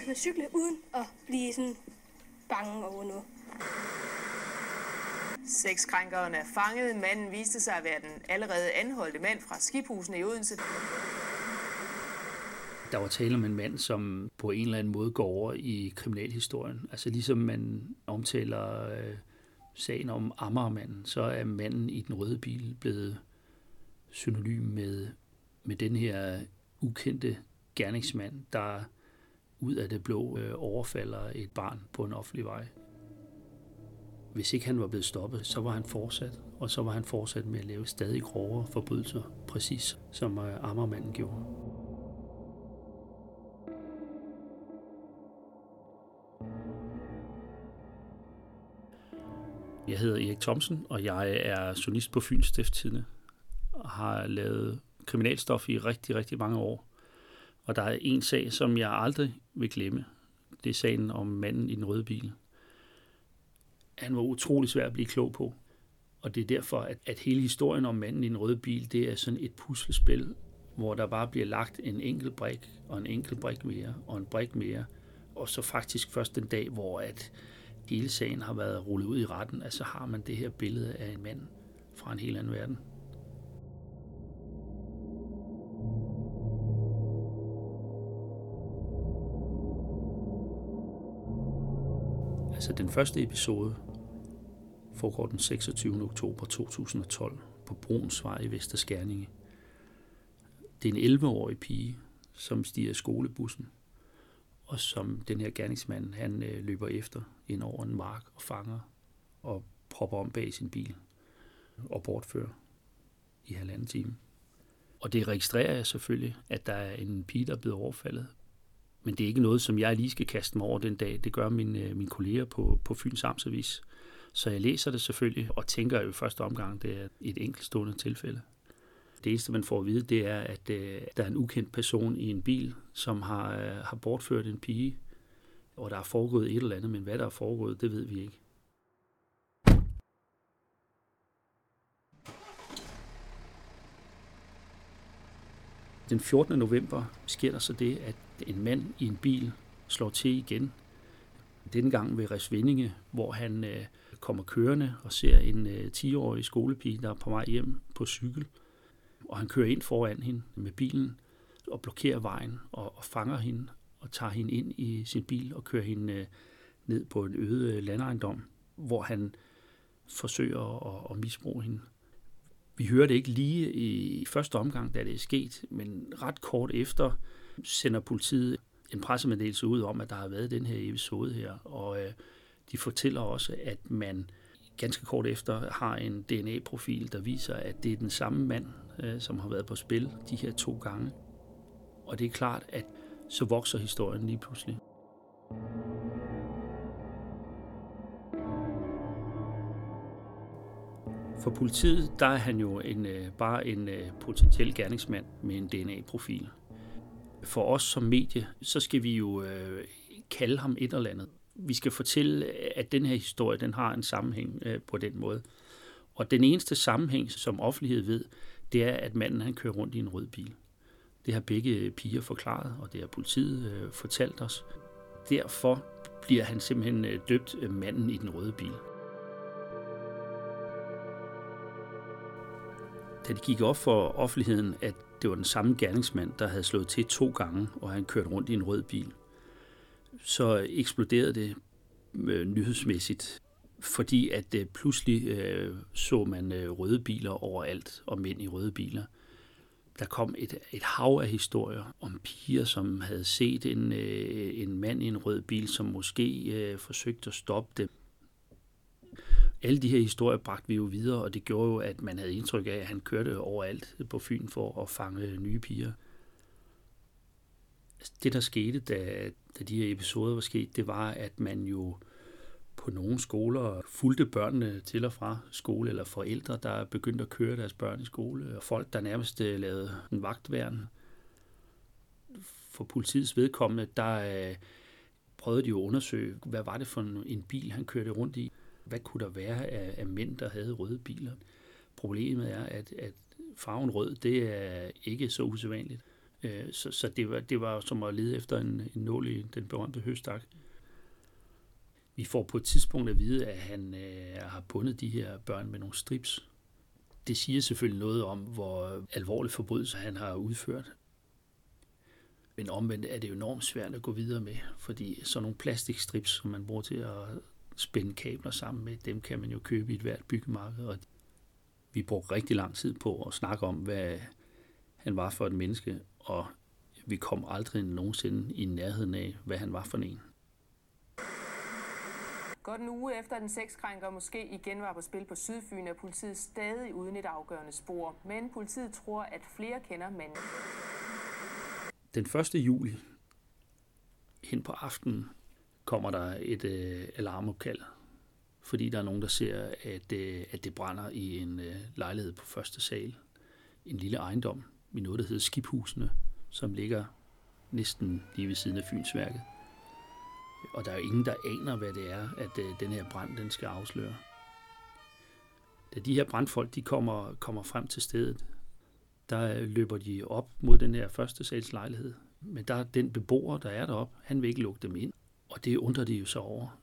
kan cykle uden at blive sådan bange over noget. Sexkrænkeren er fanget. Manden viste sig at være den allerede anholdte mand fra Skiphusene i Odense. Der var tale om en mand, som på en eller anden måde går over i kriminalhistorien. Altså ligesom man omtaler sagen om Amagermanden, så er manden i den røde bil blevet synonym med den her ukendte gerningsmand, der ud af det blå overfalder et barn på en offentlig vej. Hvis ikke han var blevet stoppet, så var han fortsat, og så var han fortsat med at lave stadig grovere forbrydelser, præcis som Amagermanden gjorde. Jeg hedder Erik Thomsen, og jeg er journalist på Fyns Stiftstidende og har lavet kriminalstof i rigtig, rigtig mange år. Og der er en sag, som jeg aldrig vil glemme. Det er sagen om manden i den røde bil. Han var utrolig svær at blive klog på. Og det er derfor, at hele historien om manden i den røde bil, det er sådan et puslespil, hvor der bare bliver lagt en enkelt brik, og en enkelt brik mere, og en brik mere. Og så faktisk først den dag, hvor at hele sagen har været rullet ud i retten, altså har man det her billede af en mand fra en helt anden verden. Altså den første episode foregår den 26. oktober 2012 på Brunsvej i Vesterskærninge. Det er en 11-årig pige, som stiger skolebussen, og som den her gerningsmand, han løber efter ind over en mark og fanger og propper om bag sin bil og bortfører i 1,5 time. Og det registrerer jeg selvfølgelig, at der er en pige, der er blevet overfaldet. Men det er ikke noget, som jeg lige skal kaste mig over den dag. Det gør mine kolleger på Fyns Amtsavis. Så jeg læser det selvfølgelig og tænker jo i første omgang, det er et enkeltstående tilfælde. Det eneste, man får at vide, det er, at der er en ukendt person i en bil, som har bortført en pige, og der er foregået et eller andet, men hvad der er foregået, det ved vi ikke. Den 14. november sker der så det, at en mand i en bil slår til igen. Denne gang ved Resvindinge, hvor han kommer kørende og ser en 10-årig skolepige, der er på vej hjem på cykel. Og han kører ind foran hende med bilen og blokerer vejen og fanger hende og tager hende ind i sin bil og kører hende ned på en øde landejendom, hvor han forsøger at misbruge hende. Vi hører det ikke lige i første omgang, da det er sket, men ret kort efter sender politiet en pressemeddelelse ud om, at der har været den her episode her, og de fortæller også, at man ganske kort efter har en DNA-profil, der viser, at det er den samme mand, som har været på spil de her 2 gange. Og det er klart, at så vokser historien lige pludselig. For politiet, der er han jo bare en potentiel gerningsmand med en DNA-profil. For os som medie, så skal vi jo kalde ham et eller andet. Vi skal fortælle, at den her historie, den har en sammenhæng på den måde. Og den eneste sammenhæng, som offentlighed ved, det er, at manden han kører rundt i en rød bil. Det har begge piger forklaret, og det har politiet fortalt os. Derfor bliver han simpelthen døbt manden i den røde bil. Da det gik op for offentligheden, at det var den samme gerningsmand, der havde slået til 2 gange, og han kørte rundt i en rød bil, så eksploderede det nyhedsmæssigt, fordi at pludselig så man røde biler overalt, og mænd i røde biler. Der kom et hav af historier om piger, som havde set en mand i en rød bil, som måske forsøgte at stoppe det. Alle de her historier bragte vi jo videre, og det gjorde jo, at man havde indtryk af, at han kørte overalt på Fyn for at fange nye piger. Det, der skete, da de her episoder var sket, det var, at man jo på nogle skoler fulgte børnene til og fra skole, eller forældre, der begyndte at køre deres børn i skole, og folk, der nærmest lavede en vagtværn. For politiets vedkommende, der prøvede de jo at undersøge, hvad var det for en bil, han kørte rundt i. Hvad kunne der være af mænd, der havde røde biler? Problemet er, at farven rød, det er ikke så usædvanligt. Så det var som at lede efter en nål i den berømte høstak. Vi får på et tidspunkt at vide, at han har bundet de her børn med nogle strips. Det siger selvfølgelig noget om, hvor alvorlig forbrydelse han har udført. Men omvendt er det jo enormt svært at gå videre med, fordi sådan nogle plastikstrips, som man bruger til at spænde kabler sammen med, dem kan man jo købe i et hvert byggemarked. Og vi brugte rigtig lang tid på at snakke om, hvad han var for et menneske, og vi kom aldrig nogensinde i nærheden af, hvad han var for en. Godt en uge efter den sexkrænker måske igen var på spil på Sydfyn, er politiet stadig uden et afgørende spor. Men politiet tror, at flere kender manden. Den 1. juli, hen på aftenen, kommer der et alarmopkald, fordi der er nogen, der ser, at det brænder i en lejlighed på første sal. En lille ejendom i noget, der hedder Skibhusene, som ligger næsten lige ved siden af Fynsværket. Og der er jo ingen, der aner, hvad det er, at den her brand den skal afsløre. Da de her brandfolk de kommer frem til stedet, der løber de op mod den her første sals lejlighed. Men der er den beboer, der er deroppe, han vil ikke lukke dem ind. Og det undrer de jo så over.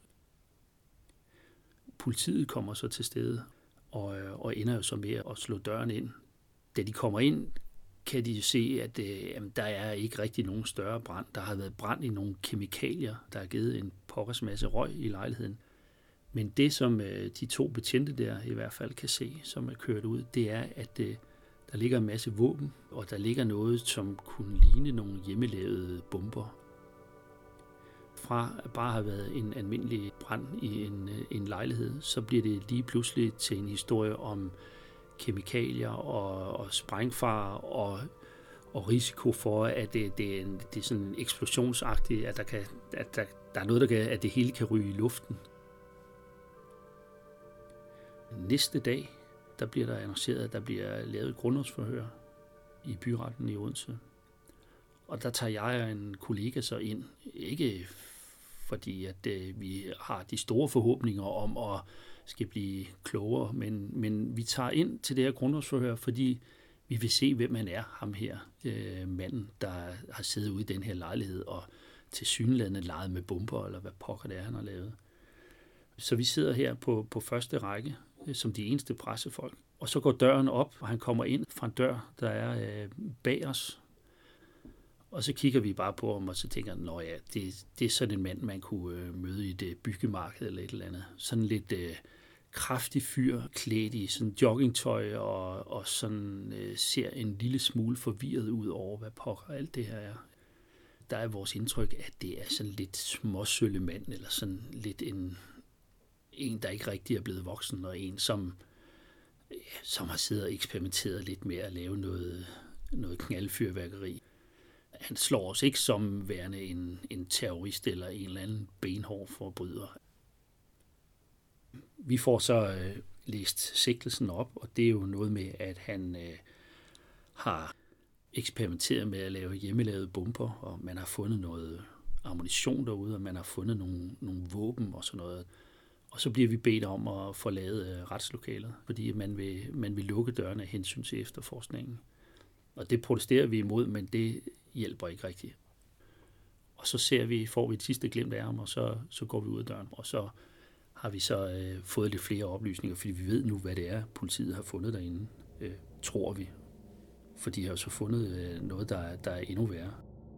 Politiet kommer så til stedet og ender jo så med at slå døren ind. Da de kommer ind, kan de se, at der er ikke rigtig nogen større brand. Der har været brand i nogle kemikalier, der har givet en pokkers masse røg i lejligheden. Men det, som de 2 betjente der i hvert fald kan se, som er kørt ud, det er, at der ligger en masse våben, og der ligger noget, som kunne ligne nogle hjemmelavede bomber. Fra at bare have været en almindelig brand i en lejlighed, så bliver det lige pludselig til en historie om kemikalier og sprængfare og risiko for, at det er sådan eksplosionsagtigt, at der er noget, der kan, at det hele kan ryge i luften. Næste dag, der bliver der annonceret, at der bliver lavet et grundlovsforhør i byretten i Odense. Og der tager jeg og en kollega så ind, ikke fordi at vi har de store forhåbninger om at skal blive klogere, men vi tager ind til det her grundlovsforhør, fordi vi vil se, hvem han er, ham her, manden, der har siddet ude i den her lejlighed og tilsyneladende leget med bomber, eller hvad pokker det er, han har lavet. Så vi sidder her på første række, som de eneste pressefolk. Og så går døren op, og han kommer ind fra en dør, der er bag os. Og så kigger vi bare på ham, og så tænker jeg, ja, det er sådan en mand, man kunne møde i det byggemarked eller et eller andet. Sådan lidt kraftig fyr, klædt i sådan joggingtøj, og sådan ser en lille smule forvirret ud over, hvad pokker alt det her er. Der er vores indtryk, at det er sådan lidt småsølle mand, eller sådan lidt en, der ikke rigtig er blevet voksen, og en, som har siddet og eksperimenteret lidt med at lave noget knaldfyrværkeri. Han slår os ikke som værende en terrorist eller en eller anden benhård forbryder. Vi får så læst sigtelsen op, og det er jo noget med, at han har eksperimenteret med at lave hjemmelavede bomber, og man har fundet noget ammunition derude, og man har fundet nogle våben og sådan noget. Og så bliver vi bedt om at forlade retslokalet, fordi man vil lukke dørene af hensyn til efterforskningen. Og det protesterer vi imod, men det hjælper ikke rigtigt. Og så får vi et sidste glimt af ham, og så går vi ud af døren. Og så har vi så fået lidt flere oplysninger, fordi vi ved nu, hvad det er, politiet har fundet derinde, tror vi. For de har jo så fundet noget, der er endnu værre.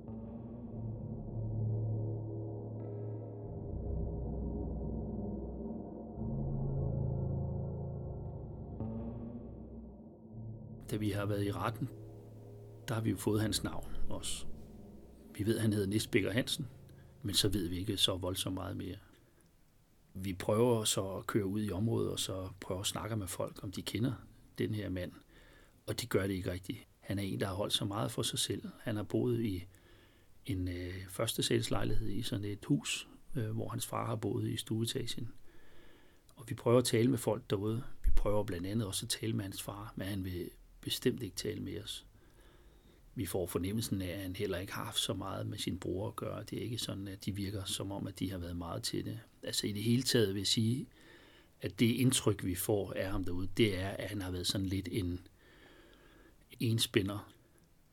Da vi har været i retten, der har vi jo fået hans navn også. Vi ved, at han hedder Nis Bikker Hansen, men så ved vi ikke så voldsomt meget mere. Vi prøver så at køre ud i området, og så prøver at snakke med folk, om de kender den her mand. Og de gør det ikke rigtigt. Han er en, der har holdt så meget for sig selv. Han har boet i en førstesalslejlighed i sådan et hus, hvor hans far har boet i stueetagen. Og vi prøver at tale med folk derude. Vi prøver blandt andet også at tale med hans far, men han vil bestemt ikke tale med os. Vi får fornemmelsen af, at han heller ikke har haft så meget med sin bror at gøre. Det er ikke sådan, at de virker som om, at de har været meget til det. Altså i det hele taget vil jeg sige, at det indtryk, vi får af ham derude, det er, at han har været sådan lidt en enspænder.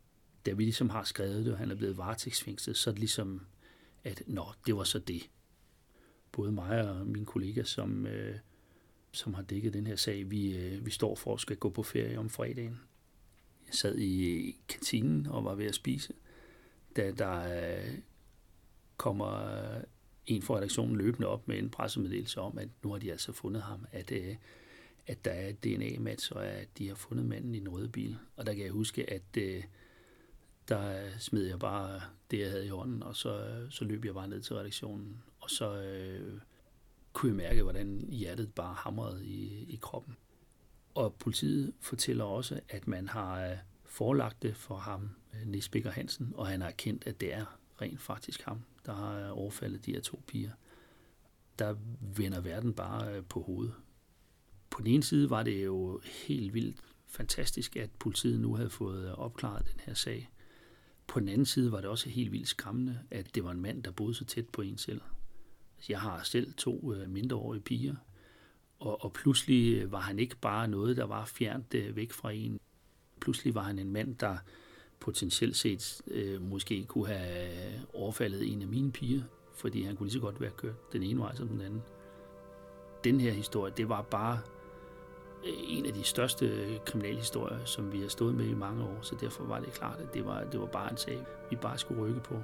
Da vi ligesom har skrevet det, og han er blevet varetægtsfængslet, så er det ligesom, at det var så det. Både mig og mine kollegaer, som har dækket den her sag, vi står for at skal gå på ferie om fredagen. Jeg sad i kantinen og var ved at spise, da der kommer en fra redaktionen løbende op med en pressemeddelelse om, at nu har de altså fundet ham, at der er et DNA-match, og at de har fundet manden i den røde bil. Og der kan jeg huske, at der smed jeg bare det, jeg havde i hånden, og så løb jeg bare ned til redaktionen, og så kunne jeg mærke, hvordan hjertet bare hamrede i kroppen. Og politiet fortæller også, at man har forelagt det for ham, Nis Bikker Hansen, og han har erkendt, at det er rent faktisk ham, der har overfaldet de her 2 piger. Der vender verden bare på hovedet. På den ene side var det jo helt vildt fantastisk, at politiet nu havde fået opklaret den her sag. På den anden side var det også helt vildt skræmmende, at det var en mand, der boede så tæt på en selv. Jeg har selv 2 mindreårige piger, og pludselig var han ikke bare noget, der var fjernt væk fra en. Pludselig var han en mand, der potentielt set måske kunne have overfaldet en af mine piger, fordi han kunne lige så godt være kørt den ene vej som den anden. Den her historie, det var bare en af de største kriminalhistorier, som vi har stået med i mange år, så derfor var det klart, at det var bare en sag, vi bare skulle rykke på.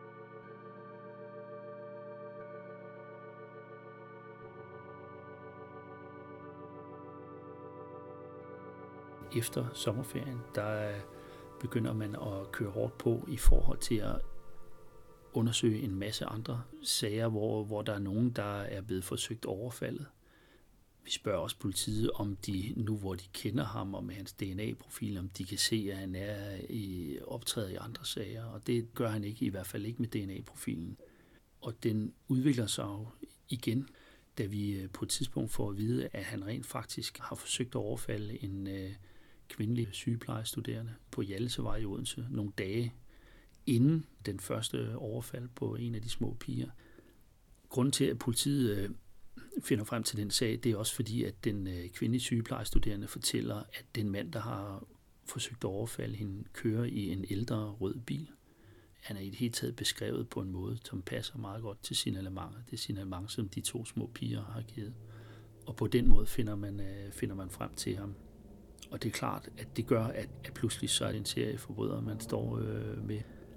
Efter sommerferien, der begynder man at køre hårdt på i forhold til at undersøge en masse andre sager, hvor der er nogen, der er blevet forsøgt overfaldet. Vi spørger også politiet, om de, nu hvor de kender ham og med hans DNA-profil, om de kan se, at han er optrædet i andre sager, og det gør han ikke, i hvert fald ikke med DNA-profilen. Og den udvikler sig jo igen, da vi på et tidspunkt får at vide, at han rent faktisk har forsøgt at overfalde en kvindelig sygeplejestuderende på Hjallesevej i Odense nogle dage inden den første overfald på en af de små piger. Grunden til, at politiet finder frem til den sag, det er også fordi, at den kvindelige sygeplejestuderende fortæller, at den mand, der har forsøgt at overfalde hende, kører i en ældre rød bil. Han er i det hele taget beskrevet på en måde, som passer meget godt til signalementet. Det signalement, som de 2 små piger har givet. Og på den måde finder man frem til ham. Og det er klart, at det gør, at pludselig så er det en serie forbrydere, man står med.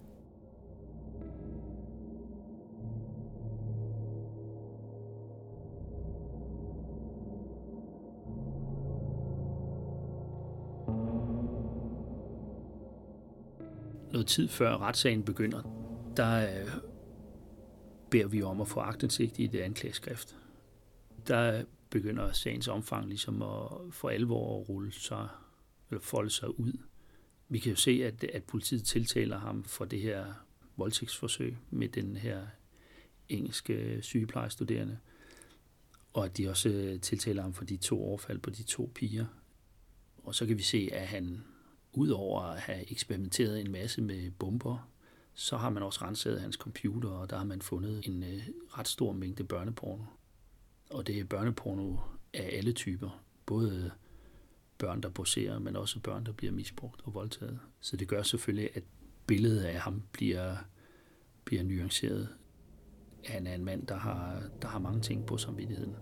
Noget tid før retssagen begynder, der beder vi om at få aktindsigt i det anklageskrift. Der begynder sagens omfang ligesom at for alvor at rulle sig, eller folde sig ud. Vi kan jo se, at politiet tiltaler ham for det her voldtægtsforsøg med den her engelske sygeplejestuderende, og at de også tiltaler ham for de 2 overfald på de 2 piger. Og så kan vi se, at han udover at have eksperimenteret en masse med bomber, så har man også renset hans computer, og der har man fundet en ret stor mængde børneporno. Og det er børneporno af alle typer. Både børn, der poserer, men også børn, der bliver misbrugt og voldtaget. Så det gør selvfølgelig, at billedet af ham bliver nuanceret. Han er en mand, der har mange ting på samvittigheden.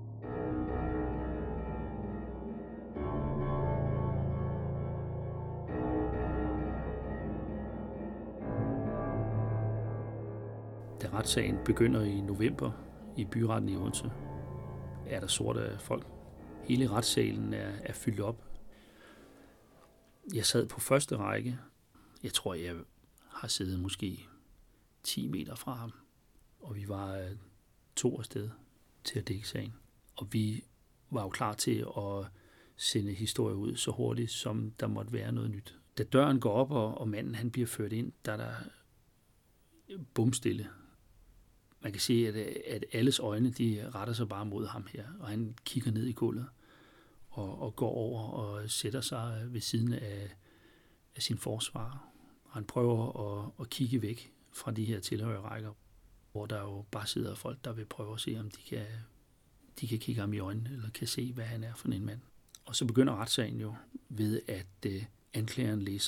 Da retssagen begynder i november i byretten i Odense, er der sorte folk. Hele retssalen er fyldt op. Jeg sad på første række. Jeg tror, jeg har siddet måske 10 meter fra ham. Og vi var 2 afsted til at dække sagen. Og vi var jo klar til at sende historie ud så hurtigt, som der måtte være noget nyt. Da døren går op, og manden han bliver ført ind, der er der bumstille. Man kan se, at alles øjne de retter sig bare mod ham her, og han kigger ned i gulvet og går over og sætter sig ved siden af sin forsvarer. Og han prøver at kigge væk fra de her tilhørerrækker, hvor der jo bare sidder folk, der vil prøve at se, om de kan kigge ham i øjnene, eller kan se, hvad han er for en mand. Og så begynder retssagen jo ved, at anklageren læser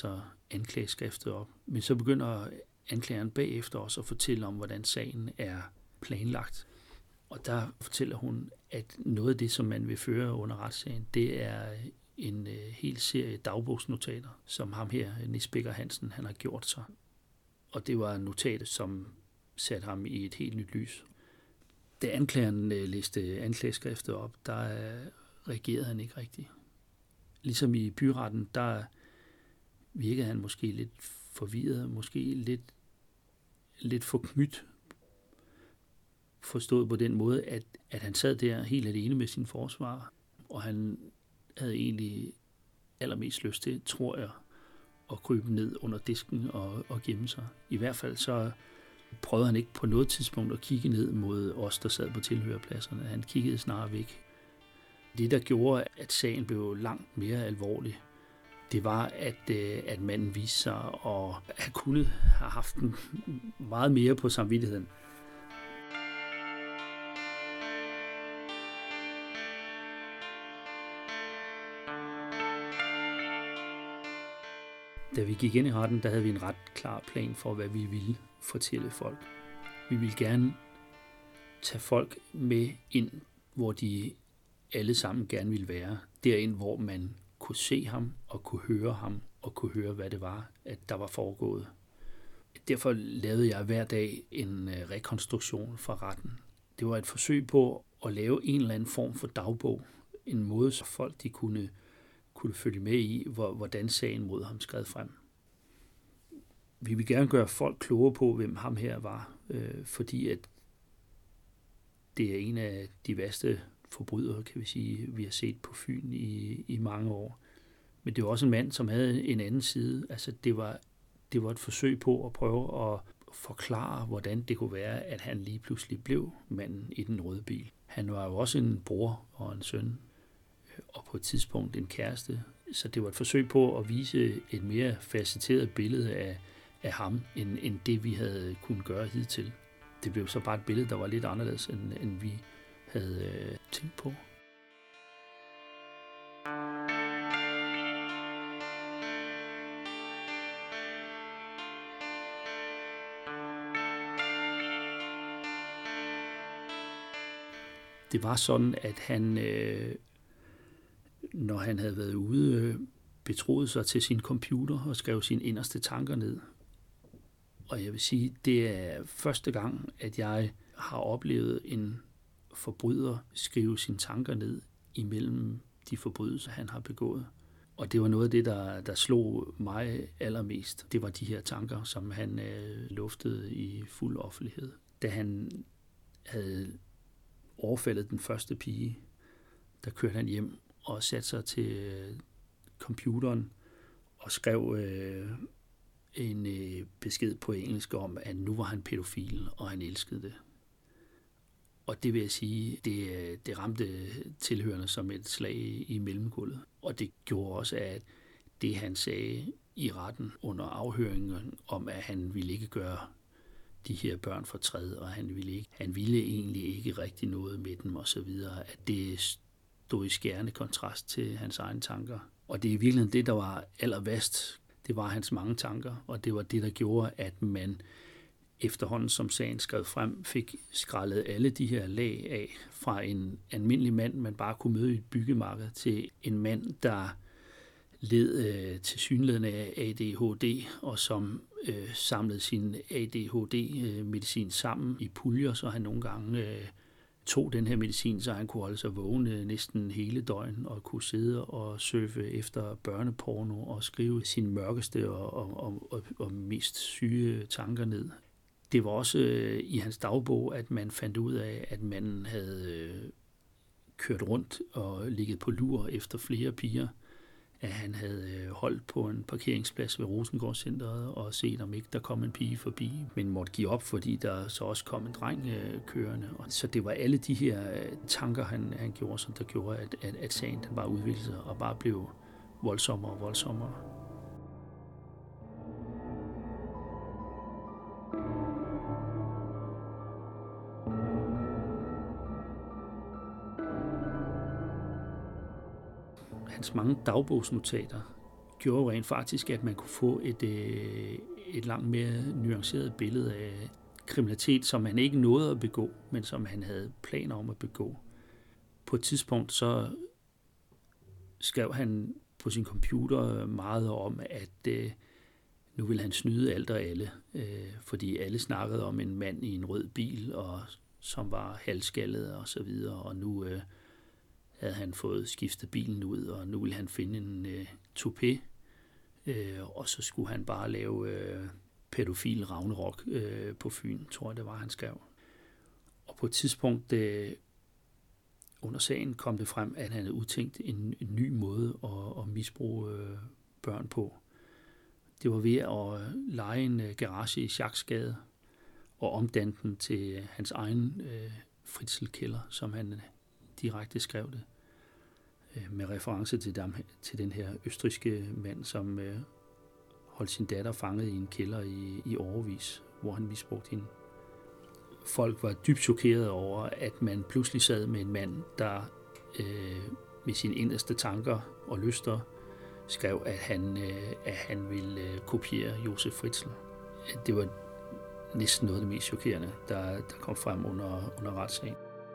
anklageskriftet op. Men så begynder anklageren bagefter også at fortælle om, hvordan sagen er planlagt. Og der fortæller hun, at noget af det, som man vil føre under retssagen, det er en hel serie dagbogsnotater, som ham her, Nis Becker Hansen, han har gjort sig. Og det var notater, som satte ham i et helt nyt lys. Da anklageren læste anklageskriftet op, der reagerede han ikke rigtigt. Ligesom i byretten, der virkede han måske lidt forvirret, måske lidt forknyt, forstået på den måde, at han sad der helt alene med sin forsvar, og han havde egentlig allermest lyst til, tror jeg, at krybe ned under disken og gemme sig. I hvert fald så prøvede han ikke på noget tidspunkt at kigge ned mod os, der sad på tilhørerpladserne. Han kiggede snarere væk. Det, der gjorde, at sagen blev langt mere alvorlig, det var, at manden viste sig at have kunnet have haft meget mere på samvittigheden. Da vi gik ind i retten, der havde vi en ret klar plan for, hvad vi ville fortælle folk. Vi ville gerne tage folk med ind, hvor de alle sammen gerne ville være. Derind, hvor man kunne se ham og kunne høre ham og kunne høre, hvad det var, at der var foregået. Derfor lavede jeg hver dag en rekonstruktion fra retten. Det var et forsøg på at lave en eller anden form for dagbog. En måde, så folk de kunne følge med i, hvordan sagen mod ham skred frem. Vi vil gerne gøre folk klogere på, hvem ham her var, fordi at det er en af de værste forbrydere, kan vi sige, vi har set på Fyn i mange år. Men det var også en mand, som havde en anden side. Altså det var et forsøg på at prøve at forklare, hvordan det kunne være, at han lige pludselig blev manden i den røde bil. Han var jo også en bror og en søn, og på et tidspunkt en kæreste. Så det var et forsøg på at vise et mere facetteret billede af ham, end det vi havde kunnet gøre hidtil. Det blev så bare et billede, der var lidt anderledes, end vi havde tænkt på. Det var sådan, at han, når han havde været ude, betroede sig til sin computer og skrev sine inderste tanker ned. Og jeg vil sige, det er første gang, at jeg har oplevet en forbryder skrive sine tanker ned imellem de forbrydelser, han har begået. Og det var noget af det, der slog mig allermest. Det var de her tanker, som han luftede i fuld offentlighed. Da han havde overfaldet den første pige, der kørte han hjem og satte sig til computeren og skrev en besked på engelsk om, at nu var han pædofil, og han elskede det. Og det vil jeg sige, det ramte tilhørende som et slag i mellemgulvet. Og det gjorde også, at det han sagde i retten under afhøringen om, at han ville ikke gøre de her børn fortræd, og han ville egentlig ikke rigtig noget med dem og så videre, at det stod i skærende kontrast til hans egne tanker. Og det er virkelig det, der var allerværst. Det var hans mange tanker, og det var det, der gjorde, at man efterhånden, som sagen skrev frem, fik skrællet alle de her lag af fra en almindelig mand, man bare kunne møde i et byggemarked, til en mand, der led tilsyneladende af ADHD, og som samlede sin ADHD-medicin sammen i puljer, så han nogle gange tog den her medicin, så han kunne holde sig vågen næsten hele døgn, og kunne sidde og surfe efter børneporno og skrive sine mørkeste og mest syge tanker ned. Det var også i hans dagbog, at man fandt ud af, at manden havde kørt rundt og ligget på lur efter flere piger, at han havde holdt på en parkeringsplads ved Rosengårdscenteret og set, om ikke der kom en pige forbi, men måtte give op, fordi der så også kom en dreng kørende. Så det var alle de her tanker, han gjorde, som der gjorde, at sagen den bare udviklede sig og bare blev voldsommere og voldsommere. Hans mange dagbogsnotater gjorde jo rent faktisk, at man kunne få et langt mere nuanceret billede af kriminalitet, som han ikke nåede at begå, men som han havde planer om at begå. På et tidspunkt så skrev han på sin computer meget om, at nu ville han snyde alt og alle, fordi alle snakkede om en mand i en rød bil, og som var halvskaldet og så videre, og nu havde han fået skiftet bilen ud, og nu ville han finde en toupé, og så skulle han bare lave pædofil Ragnarok på Fyn, tror jeg det var, han skrev. Og på et tidspunkt under sagen kom det frem, at han havde udtænkt en ny måde at misbruge børn på. Det var ved at leje en garage i Schacksgade og omdanne den til hans egen fritselkælder, som han direkte skrev det, med reference til den her østrigske mand, som holdt sin datter fanget i en kælder i årevis, hvor han misbrugte hende. Folk var dybt chokerede over, at man pludselig sad med en mand, der med sine inderste tanker og lyster skrev, at han ville kopiere Josef Fritzl. Det var næsten noget af det mest chokerende, der kom frem under retssagen.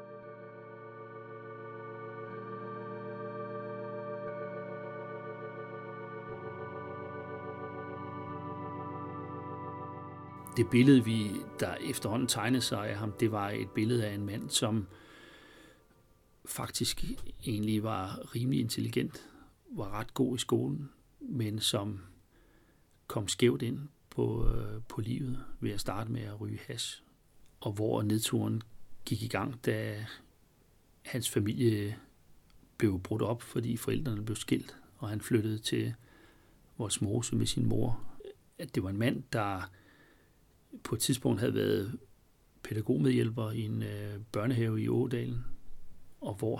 Det billede, der efterhånden tegnede sig af ham, det var et billede af en mand, som faktisk egentlig var rimelig intelligent, var ret god i skolen, men som kom skævt ind på livet ved at starte med at ryge hash. Og hvor nedturen gik i gang, da hans familie blev brudt op, fordi forældrene blev skilt, og han flyttede til Vollsmose med sin mor. At det var en mand, der på et tidspunkt havde været pædagogmedhjælper i en børnehave i Ådalen, og hvor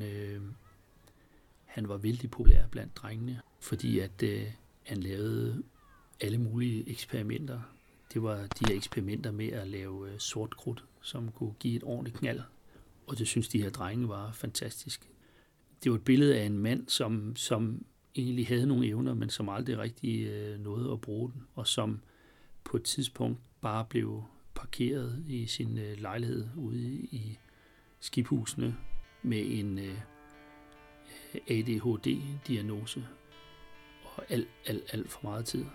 han var vældig populær blandt drengene, fordi at han lavede alle mulige eksperimenter. Det var de her eksperimenter med at lave sort krudt, som kunne give et ordentligt knald, og det synes de her drenge var fantastisk. Det var et billede af en mand, som egentlig havde nogle evner, men som aldrig rigtig nåede at bruge den, og som på et tidspunkt bare blev parkeret i sin lejlighed ude i Skiphusene med en ADHD-diagnose og alt for meget tid.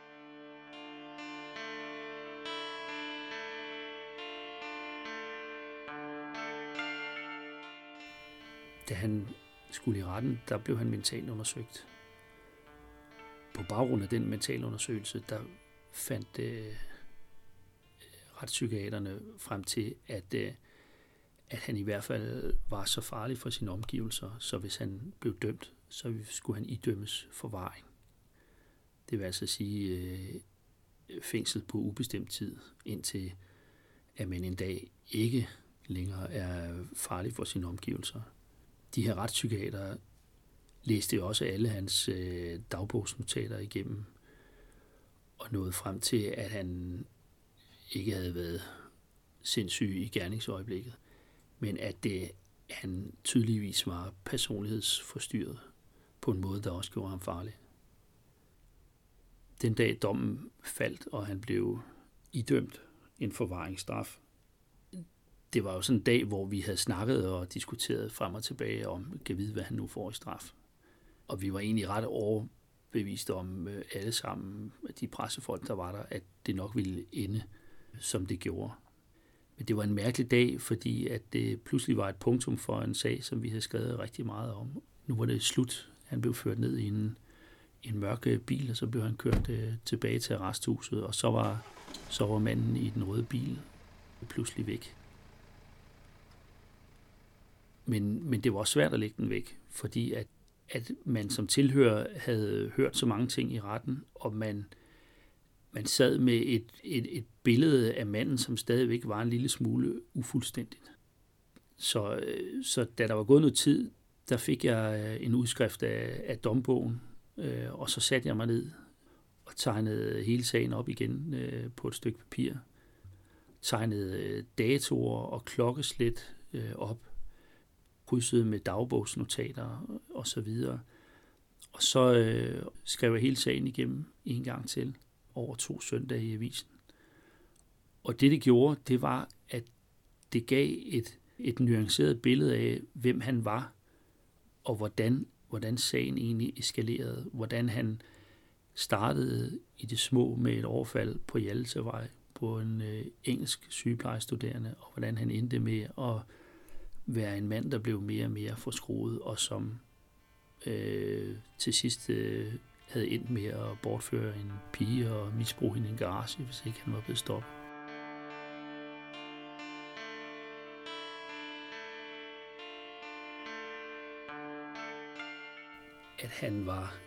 Da han skulle i retten, der blev han mentalt undersøgt. På baggrund af den mentalundersøgelse, der fandt retspsykiaterne frem til, at han i hvert fald var så farlig for sine omgivelser, så hvis han blev dømt, så skulle han idømmes forvaring. Det vil altså sige fængsel på ubestemt tid, indtil at man en dag ikke længere er farlig for sine omgivelser. De her retspsykiatere læste også alle hans dagbogsnotater igennem, og nåede frem til, at han ikke havde været sindssyg i gerningsøjeblikket, men at han tydeligvis var personlighedsforstyrret på en måde, der også gjorde ham farlig. Den dag dommen faldt, og han blev idømt en forvaringsstraf, det var jo sådan en dag, hvor vi havde snakket og diskuteret frem og tilbage om, kan vide, hvad han nu får i straf. Og vi var egentlig ret overbeviste om alle sammen, de pressefolk, der var der, at det nok ville ende, som det gjorde. Men det var en mærkelig dag, fordi at det pludselig var et punktum for en sag, som vi havde skrevet rigtig meget om. Nu var det slut. Han blev ført ned i en mørk bil, og så blev han kørt tilbage til arresthuset, og så var manden i den røde bil pludselig væk. Men det var også svært at lægge den væk, fordi at man som tilhører havde hørt så mange ting i retten, og man sad med et billede af manden, som stadigvæk var en lille smule ufuldstændigt. Så da der var gået noget tid, der fik jeg en udskrift af dombogen, og så satte jeg mig ned og tegnede hele sagen op igen på et stykke papir. Tegnede datoer og klokkeslæt op, krydsede med dagbogsnotater og så videre. Og så skrev jeg hele sagen igennem en gang til, over 2 søndage i avisen. Og det gjorde, det var, at det gav et nuanceret billede af, hvem han var, og hvordan sagen egentlig eskalerede. Hvordan han startede i det små med et overfald på Hjaltevej på en engelsk sygeplejestuderende, og hvordan han endte med at være en mand, der blev mere og mere forskruet, og som til sidst havde endt med at bortføre en pige og misbruge hende i en garage, hvis ikke han var blevet stoppet. At han var,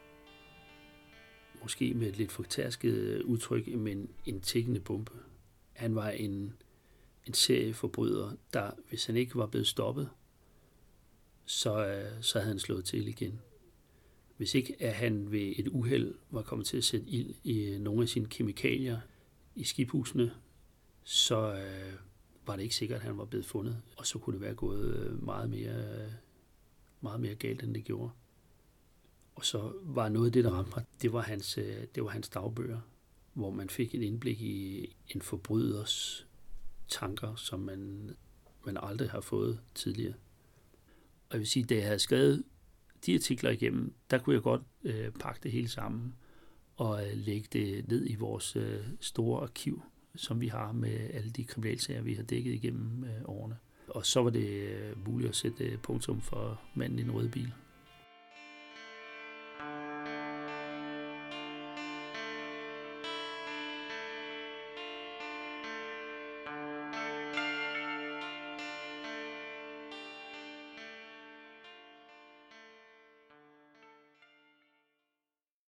måske med et lidt fortærsket udtryk, men en tikkende bombe. Han var en serieforbryder, der, hvis han ikke var blevet stoppet, så havde han slået til igen. Hvis ikke at han ved et uheld var kommet til at sætte ild i nogle af sine kemikalier i skibhusene, så var det ikke sikkert, at han var blevet fundet. Og så kunne det være gået meget mere galt, end det gjorde. Og så var noget af det, der ramte mig, det var hans dagbøger, hvor man fik et indblik i en forbryders tanker, som man aldrig har fået tidligere. Og jeg vil sige, da jeg havde skrevet de artikler igennem, der kunne jeg godt pakke det hele sammen og lægge det ned i vores store arkiv, som vi har med alle de kriminalsager, vi har dækket igennem årene. Og så var det muligt at sætte punktum for manden i den røde bil.